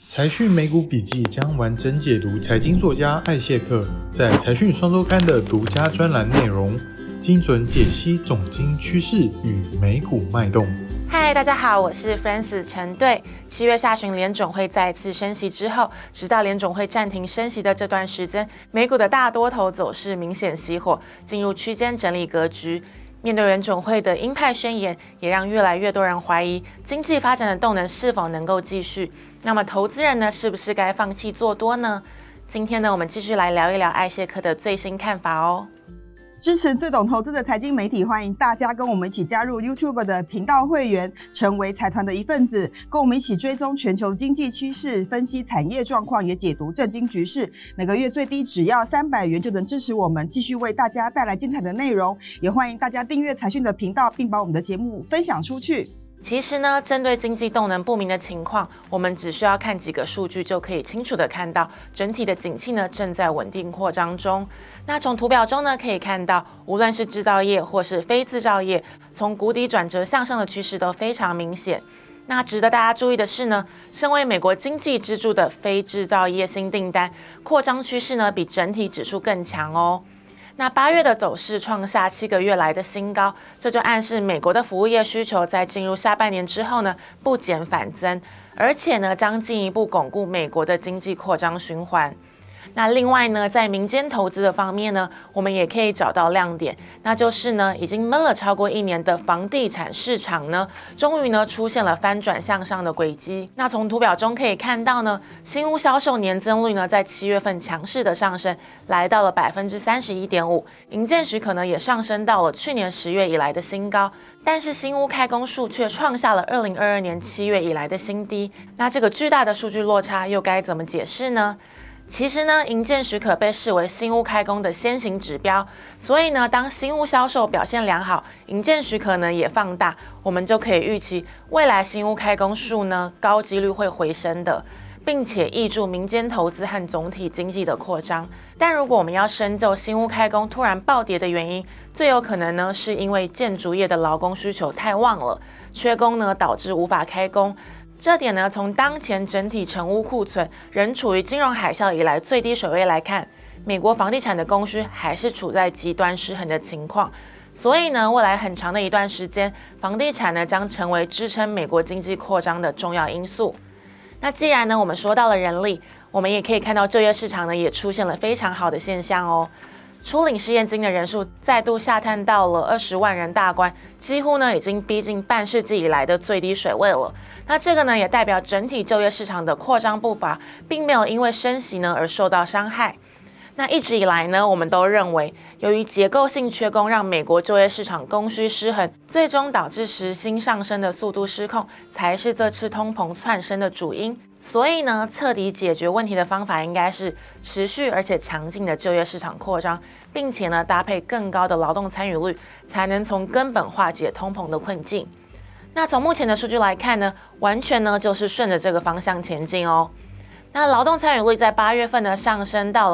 财讯美股笔记将完整解读财经作家艾谢克在财讯双周刊的独家专栏内容，精准解析总经趋势与美股脉动。 嗨，大家好，我是 Francis 陈队。7月下旬联准会再次升息之后，直到联准会暂停升息的这段时间，美股的大多头走势明显熄火，进入区间整理格局。面对联准会的鹰派宣言，也让越来越多人怀疑经济发展的动能是否能够继续。那么投资人呢，是不是该放弃做多呢？今天呢，我们继续来聊一聊艾谢克的最新看法哦。 支持最懂投资的财经媒体，欢迎大家跟我们一起加入 YouTube 的频道会员，成为财团的一份子，跟我们一起追踪全球经济趋势，分析产业状况，也解读政经局势。每个月最低只要300元就能支持我们，继续为大家带来精彩的内容。也欢迎大家订阅财讯的频道，并把我们的节目分享出去。 其实呢，针对经济动能不明的情况，我们只需要看几个数据就可以清楚的看到，整体的景气呢正在稳定扩张中。那从图表中呢可以看到，无论是制造业或是非制造业，从谷底转折向上的趋势都非常明显。那值得大家注意的是呢，身为美国经济支柱的非制造业新订单扩张趋势呢，比整体指数更强哦。那8月的走势创下7个月来的新高，这就暗示美国的服务业需求在进入下半年之后呢，不减反增，而且呢，将进一步巩固美国的经济扩张循环。那另外呢，在民间投资的方面呢，我们也可以找到亮点，那就是呢，已经闷了超过1年的房地产市场呢，终于呢出现了翻转向上的轨迹。那从图表中可以看到呢，新屋销售年增率呢，在7月份强势的上升，来到了 31.5%， 营建许可呢也上升到了去年10月以来的新高。但是新屋开工数却创下了2022年7月以来的新低。那这个巨大的数据落差又该怎么解释呢？其实呢，营建许可被视为新屋开工的先行指标，所以呢，当新屋销售表现良好，营建许可呢也放大，我们就可以预期未来新屋开工数呢高几率会回升的，并且挹注民间投资和总体经济的扩张。但如果我们要深究新屋开工突然暴跌的原因，最有可能呢是因为建筑业的劳工需求太旺了，缺工呢导致无法开工。这点呢，从当前整体成屋库存仍处于金融海啸以来最低水位来看，美国房地产的供需还是处在极端失衡的情况。所以呢，未来很长的一段时间，房地产呢将成为支撑美国经济扩张的重要因素。那既然呢我们说到了人力，我们也可以看到就业市场呢也出现了非常好的现象哦。初领失业金的人数再度下探到了20万人大关，几乎呢已经逼近半世纪以来的最低水位了。那这个呢也代表整体就业市场的扩张步伐并没有因为升息呢而受到伤害。那一直以来呢，我们都认为，由于结构性缺工让美国就业市场供需失衡，最终导致时薪上升的速度失控，才是这次通膨窜升的主因。所以呢，彻底解决问题的方法应该是持续而且强劲的就业市场扩张，并且呢搭配更高的劳动参与率，才能从根本化解通膨的困境。那从目前的数据来看呢，完全呢就是顺着这个方向前进哦。那劳动参与率在8月份呢上升到了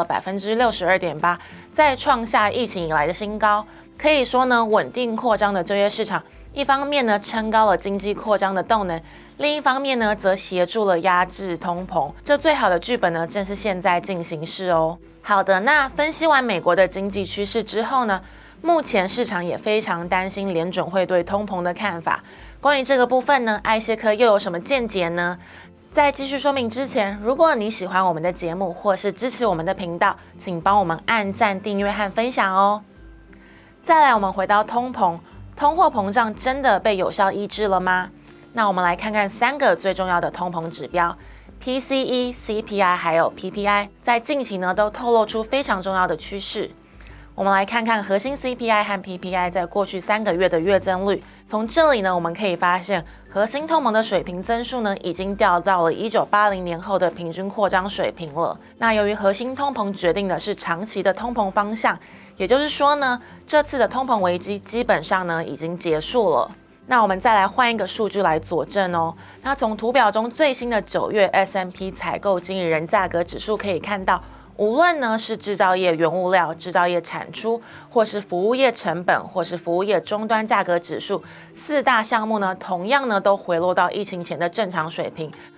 62.8%， 再创下疫情以来的新高。可以说呢，稳定扩张的就业市场，一方面呢撑高了经济扩张的动能，另一方面呢则协助了压制通膨。这最好的剧本呢正是现在进行式哦。好的，那分析完美国的经济趋势之后呢，目前市场也非常担心联准会对通膨的看法。关于这个部分呢，艾谢克又有什么见解呢？在继续说明之前，如果你喜欢我们的节目或是支持我们的频道，请帮我们按赞、订阅和分享哦。再来，我们回到通膨，通货膨胀真的被有效抑制了吗？那我们来看看3个最重要的通膨指标 PCE、CPI 还有 PPI， 在近期呢都透露出非常重要的趋势。我们来看看核心 CPI 和 PPI 在过去3个月的月增率。从这里呢，我们可以发现，核心通膨的水平增速呢，已经掉到了1980年后的平均扩张水平了。那由于核心通膨决定的是长期的通膨方向，也就是说呢，这次的通膨危机基本上呢已经结束了。那我们再来换一个数据来佐证哦。那从图表中最新的9月 S&P 采购经理人价格指数可以看到，无论呢是制造业原物料、制造业产出，或是服务业成本，或是服务业终端价格指数，4大项目呢同样呢都回落到疫情前的正常水平，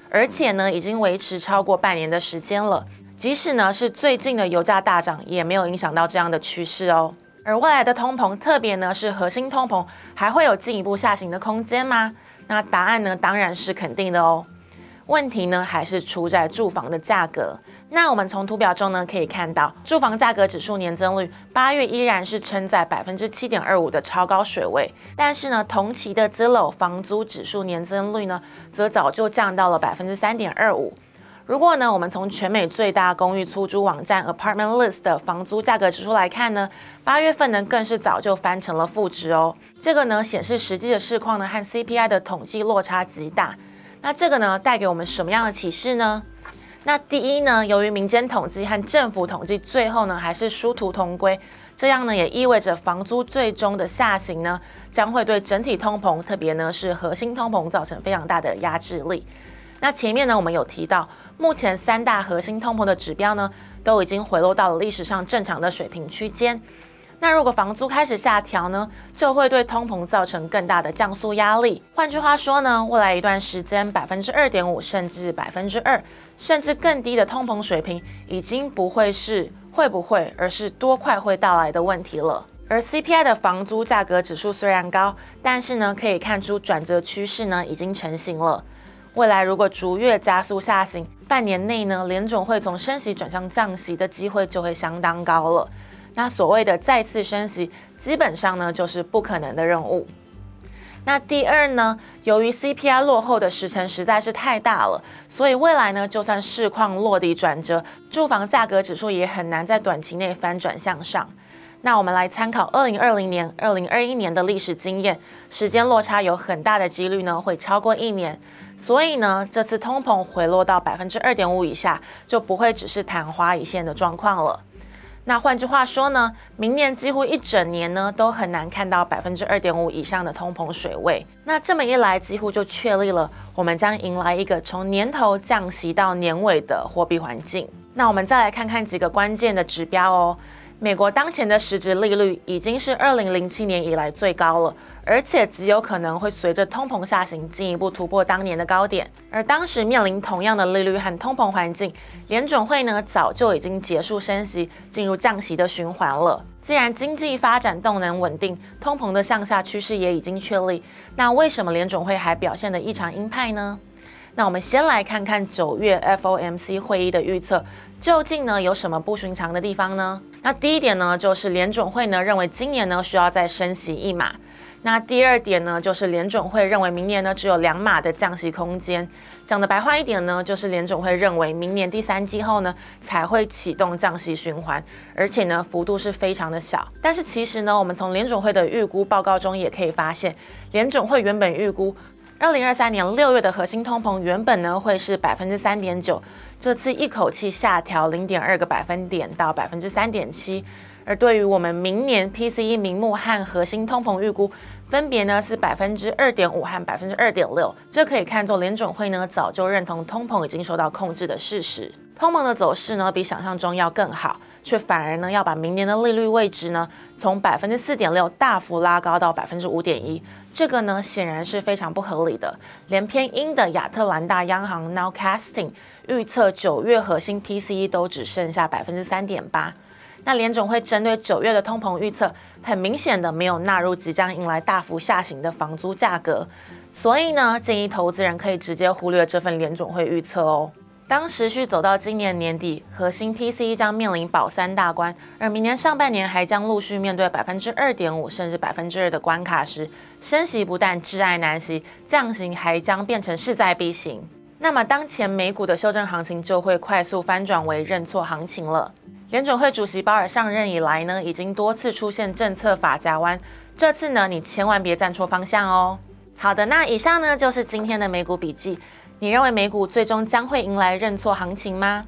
而且呢已经维持超过半年的时间了。即使呢是最近的油价大涨，也没有影响到这样的趋势哦。而未来的通膨，特别呢是核心通膨，还会有进一步下行的空间吗？那答案呢当然是肯定的哦。问题呢还是出在住房的价格。那我们从图表中呢可以看到，住房价格指数年增率8月依然是撑在 7.25% 的超高水位，但是呢同期的Zillow房租指数年增率呢则早就降到了 3.25%。如果呢，我们从全美最大公寓出租网站 Apartment List 的房租价格指数来看呢，8月份呢更是早就翻成了负值哦。这个呢显示实际的市况呢和 CPI 的统计落差极大。那这个呢带给我们什么样的启示呢？那第一呢，由于民间统计和政府统计最后呢还是殊途同归，这样呢也意味着房租最终的下行呢将会对整体通膨，特别呢是核心通膨造成非常大的压制力。那前面呢我们有提到，目前3大核心通膨的指标呢都已经回落到了历史上正常的水平区间。那如果房租开始下调呢，就会对通膨造成更大的降速压力。换句话说呢，未来一段时间 2.5% 甚至 2%， 甚至更低的通膨水平，已经不会是会不会，而是多快会到来的问题了。而 CPI 的房租价格指数虽然高，但是呢可以看出转折趋势呢已经成型了。未来如果逐月加速下行，半年内呢，联准会从升息转向降息的机会就会相当高了。那所谓的再次升息，基本上呢就是不可能的任务。那第二呢，由于 CPI 落后的时程实在是太大了，所以未来呢，就算市况落底转折，住房价格指数也很难在短期内翻转向上。那我们来参考2020年、2021年的历史经验，时间落差有很大的几率呢会超过1年。所以呢，这次通膨回落到 2.5% 以下，就不会只是昙花一现的状况了。那换句话说呢，明年几乎一整年呢，都很难看到 2.5% 以上的通膨水位。那这么一来，几乎就确立了我们将迎来一个从年头降息到年尾的货币环境。那我们再来看看几个关键的指标哦。美国当前的实质利率已经是2007年以来最高了，而且极有可能会随着通膨下行进一步突破当年的高点。而当时面临同样的利率和通膨环境，联准会呢早就已经结束升息，进入降息的循环了。既然经济发展动能稳定，通膨的向下趋势也已经确立，那为什么联准会还表现得异常鹰派呢？那我们先来看看9月 FOMC 会议的预测，究竟呢有什么不寻常的地方呢？那第一点呢，就是联准会呢认为今年呢需要再升息1码。那第二点呢，就是联准会认为明年呢只有2码的降息空间。讲的白话一点呢，就是联准会认为明年第3季后呢才会启动降息循环，而且呢幅度是非常的小。但是其实呢，我们从联准会的预估报告中也可以发现，联准会原本预估2023年6月的核心通膨原本呢会是 3.9%， 这次一口气下调 0.2个百分点到 3.7%。而对于我们明年 PCE 名目和核心通膨预估，分别呢是 2.5% 和 2.6%， 这可以看作联准会呢早就认同通膨已经受到控制的事实。通膨的走势呢比想象中要更好，却反而呢要把明年的利率位置呢从 4.6% 大幅拉高到 5.1%， 这个呢显然是非常不合理的。连偏鹰的亚特兰大央行 Nowcasting 预测9月核心 PCE 都只剩下 3.8%。那联准会针对9月的通膨预测，很明显的没有纳入即将迎来大幅下行的房租价格，所以呢，建议投资人可以直接忽略这份联准会预测哦。当时序走到今年年底，核心 PCE 将面临保3大关，而明年上半年还将陆续面对 2.5% 甚至 2% 的关卡时，升息不但窒碍难行，降息还将变成势在必行。那么当前美股的修正行情就会快速翻转为认错行情了。联准会主席鲍尔上任以来呢，已经多次出现政策法夹弯，这次呢，你千万别站错方向哦。好的，那以上呢就是今天的美股笔记。你认为美股最终将会迎来认错行情吗？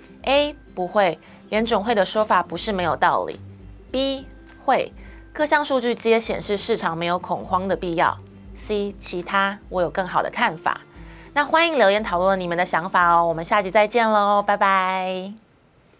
A. 不会，联准会的说法不是没有道理。 B. 会，各项数据皆显示市场没有恐慌的必要。 C. 其他，我有更好的看法。那欢迎留言讨论你们的想法哦，我们下集再见喽，拜拜。